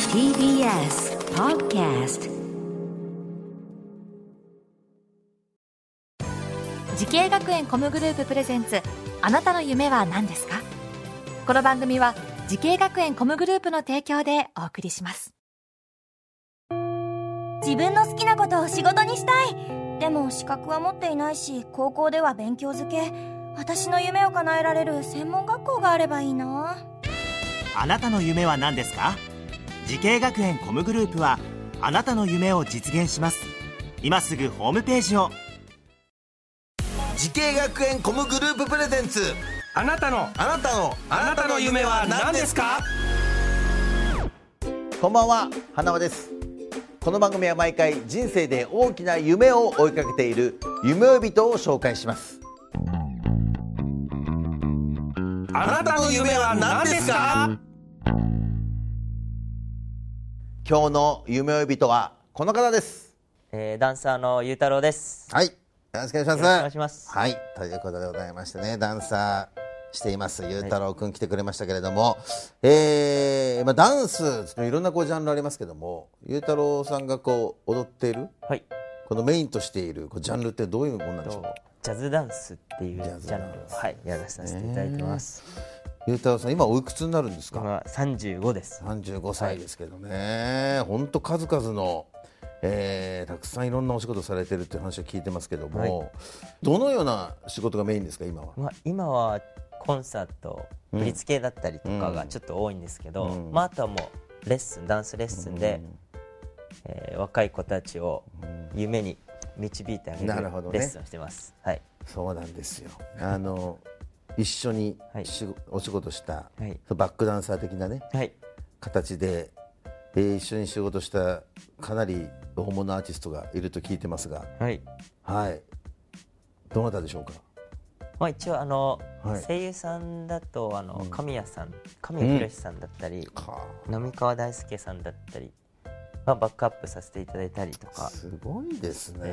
TBS Podcast。 時系学園コムグループプレゼンツ、あなたの夢は何ですか？この番組は時系学園コムグループの提供でお送りします。 自分の好きなことを仕事にしたい。でも資格は持っていないし、高校では勉強づけ。私の夢を叶えられる専門学校があればいいな。 あなたの夢は何ですか？時系学園コムグループはあなたの夢を実現します。今すぐホームページを。 時系学園コムグループプレゼンツ、 あなたの夢は何ですか？ こんばんは、花輪です。この番組は毎回人生で大きな夢を追いかけている夢追い人を紹介します。 あなたの夢は何ですか？ 今日の夢追い人はこの方です。 ダンサーのゆうたろうです。 はい、よろしくお願いします。 よろしくお願いします。 はい、ということでございましてね、ダンサーしていますゆうたろうくん来てくれましたけれども、ダンスいろんなジャンルありますけども、ゆうたろうさんが踊っている、 はい、 このメインとしているジャンルってどういうものなんでしょうか？ ジャズダンスっていうジャンルを、やらさせていただいてます。 ゆうたろうさん、今おいくつになるんですか？ 今35です。 35歳ですけどね、本当数々の、たくさんいろんなお仕事されてるっていう話を聞いてますけども、どのような仕事がメインですか今は？ 今はコンサート、振り付けだったりとかがちょっと多いんですけど、あとはもうレッスン、ダンスレッスンで、若い子たちを夢に導いてあげるレッスンをしてます。はい、 そうなんですよ。一緒にお仕事した、バックダンサー的なね、形で、一緒に仕事したかなり大物アーティストがいると聞いてますが、どなたでしょうか？ 一応声優さんだと神谷博さんだったり、浪川大輔さんだったり、バックアップさせていただいたりとか。 すごいですね。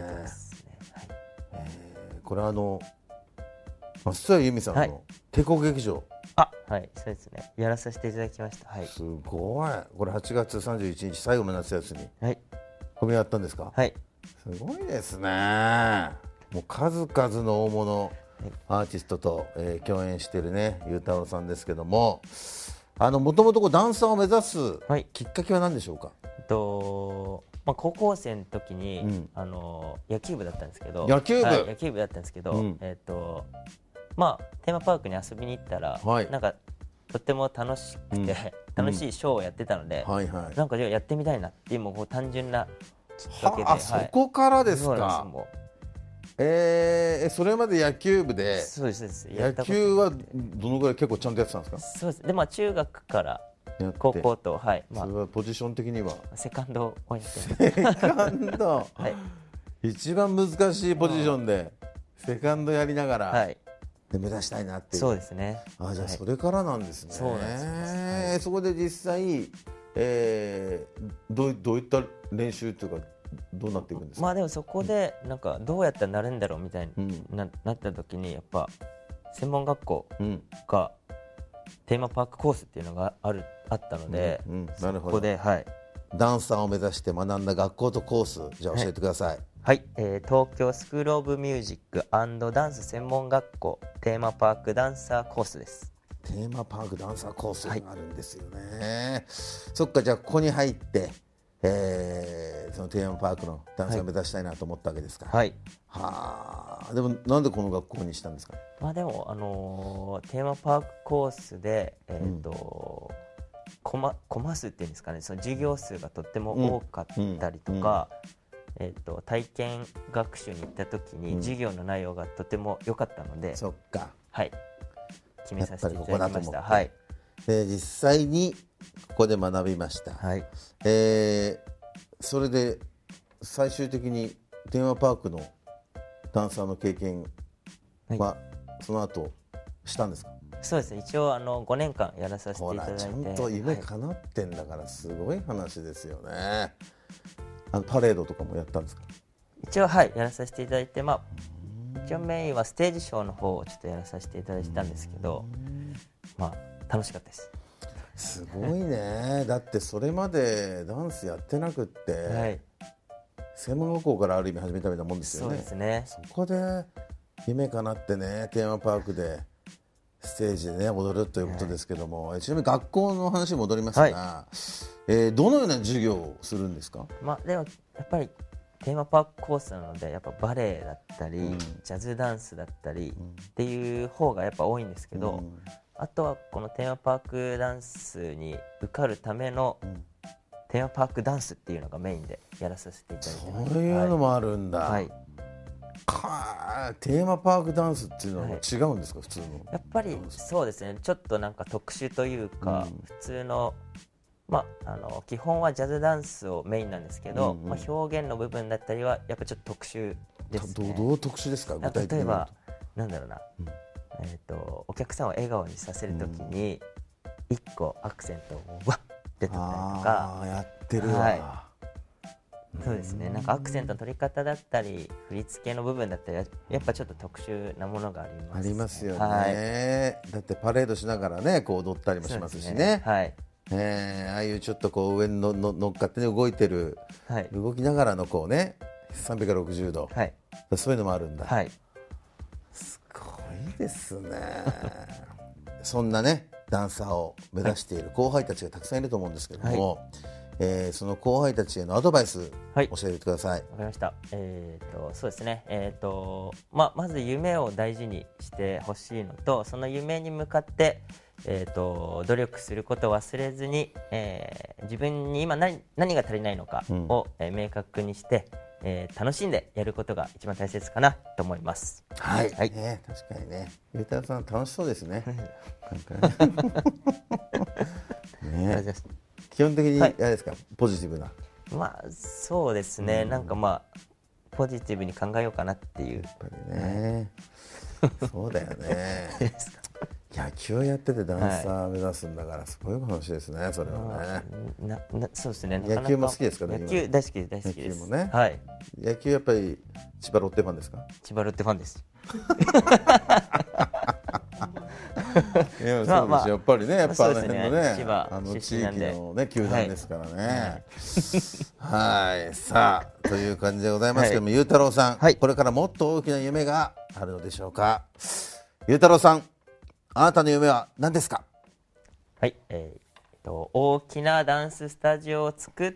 これ松任谷由実さんの帝国劇場、 そうですね、やらさせていただきました。 すごい。これ8月31日最後の夏休み、これやったんですか？すごいですね。もう数々の大物アーティストと、共演しているねゆうたろうさんですけども、もともとダンサーを目指すきっかけは何でしょうか？ 高校生の時に、野球部だったんですけど、テーマパークに遊びに行ったら、なんかとっても楽しくて、楽しいショーをやってたので、なんかやってみたいなっていう、もう単純なきっかけで。 そこからですか？それまで野球部で。 そうです。 野球はどのぐらい結構ちゃんとやってたんですか？ そうです。で、中学から高校と、それはポジション的にはセカンドをやってます。セカンド、一番難しいポジションでセカンドやりながら、で目指したいなっていう。 そうですね。 じゃあそれからなんですね。 そうなんです。 そこで実際、どういった練習というかどうなっていくんですか？ でもそこでなんかどうやったらなれるんだろうみたいに なった時に、やっぱ専門学校がテーマパークコースっていうのがあったので、 なるほど。 そこで、 ダンサーを目指して学んだ学校とコース、じゃあ教えてください。 東京スクールオブミュージック&ダンス専門学校テーマパークダンサーコースです。 テーマパークダンサーコースがあるんですよね。そっか、じゃあここに入って、そのテーマパークのダンサーを目指したいなと思ったわけですか？でもなんでこの学校にしたんですか？ でも、テーマパークコースで、コマ数っていうんですかね、その授業数がとっても多かったりとか、体験学習に行った時に授業の内容がとても良かったので、 そっか、 決めさせていただきました。 で実際にここで学びました。それで最終的にテーマパークのダンサーの経験はその後したんですか？ そうですね、一応5年間やらさせていただいて。 ちゃんと夢叶ってんだからすごい話ですよね。パレードとかもやったんですか？ 一応やらさせていただいて、一応メインはステージショーの方をちょっとやらさせていただいたんですけど、楽しかったです。 すごいね。だってそれまでダンスやってなくって、はい、専門学校からある意味始めたみたいなもんですよね。 そうですね。 そこで夢かなってね、テーマパークでステージでね踊るということですけども、はい、ちなみに学校の話に戻りますが、はい、どのような授業をするんですか？ でもやっぱりテーマパークコースなので、やっぱバレエだったり、ジャズダンスだったりっていう方がやっぱ多いんですけど、あとはこのテーマパークダンスに受かるためのテーマパークダンスっていうのがメインでやらさせていただいてます。 そういうのもあるんだ。 はい、 テーマパークダンスっていうのは違うんですか、普通の？ やっぱりそうですね、ちょっとなんか特殊というか、普通の基本はジャズダンスをメインなんですけど、表現の部分だったりはやっぱちょっと特殊ですね。 どう特殊ですか？具体的に。 例えばなんだろうな、お客さんを笑顔にさせるときに1個アクセントをわって取ったりとかやってるわ、 はい、そうですね。なんかアクセントの取り方だったり振り付けの部分だったりやっぱちょっと特殊なものがあります、ね、 ありますよね、はい、だってパレードしながらねこう踊ったりもしますしね、はい、ああいうちょっとこう上に乗っかってね動いてる、はい、動きながらのこうね360度、はい、そういうのもあるんだ、はい、すごいですねそんなねダンサーを目指している後輩たちがたくさんいると思うんですけども、はい、その後輩たちへのアドバイス、はい、教えてください。 わかりました。そうですね。まず夢を大事にしてほしいのと、その夢に向かって、努力することを忘れずに、自分に今何が足りないのかを、明確にして、楽しんでやることが一番大切かなと思います。 はい。はい、ね、確かにね。ゆうたろうさん楽しそうですね。ね。基本的にあれですか、ポジティブな。 そうですね。なんかポジティブに考えようかなっていう。 やっぱりね。そうだよね。野球やっててダンサー目指すんだからすごい話ですね。それはね。 そうですね。 野球も好きですかね。 野球大好きです。 野球もね。はい。野球やっぱり千葉ロッテファンですか？ 千葉ロッテファンです。 いやそうです。やっぱりね、やっぱあの辺のね、あの地域のね球団ですからね。はい。さあという感じでございますけども、ゆうたろうさん、これからもっと大きな夢があるのでしょうか？ゆうたろうさん。あなたの夢は何ですか？ はい、大きなダンススタジオを作って、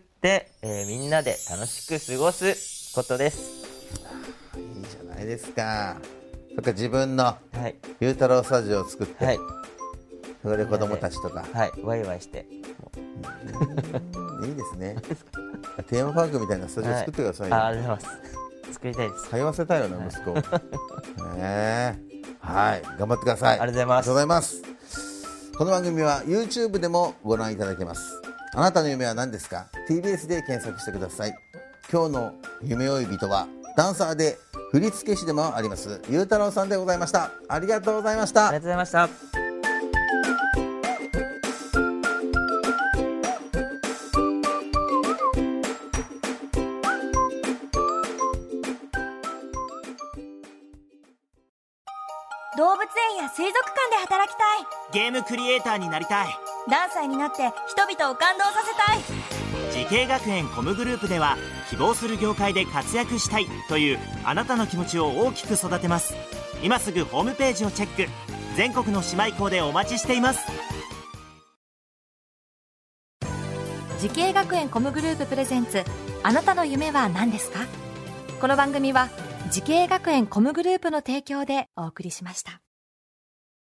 みんなで楽しく過ごすことです。 いいじゃないですか。そっか自分のゆうたろうスタジオを作って、はい、それで子供たちとか、 はい、ワイワイして、 いいですね。テーマパークみたいなスタジオ作ってくださいよ。 ありがとうございます。作りたいです。 通わせたいよな息子。はい、頑張ってください。 ありがとうございます。 この番組は YouTube でもご覧いただけます。あなたの夢は何ですか？ TBS で検索してください。今日の夢追い人はダンサーで振付師でもありますゆうたろうさんでございました。ありがとうございました。 ありがとうございました。 動物園や水族館で働きたい。 ゲームクリエイターになりたい。 何歳になって人々を感動させたい。 時系学園コムグループでは希望する業界で活躍したいというあなたの気持ちを大きく育てます。今すぐホームページをチェック。全国の姉妹校でお待ちしています。 時系学園コムグループプレゼンツ、あなたの夢は何ですか？この番組は時系学園コムグループの提供でお送りしました。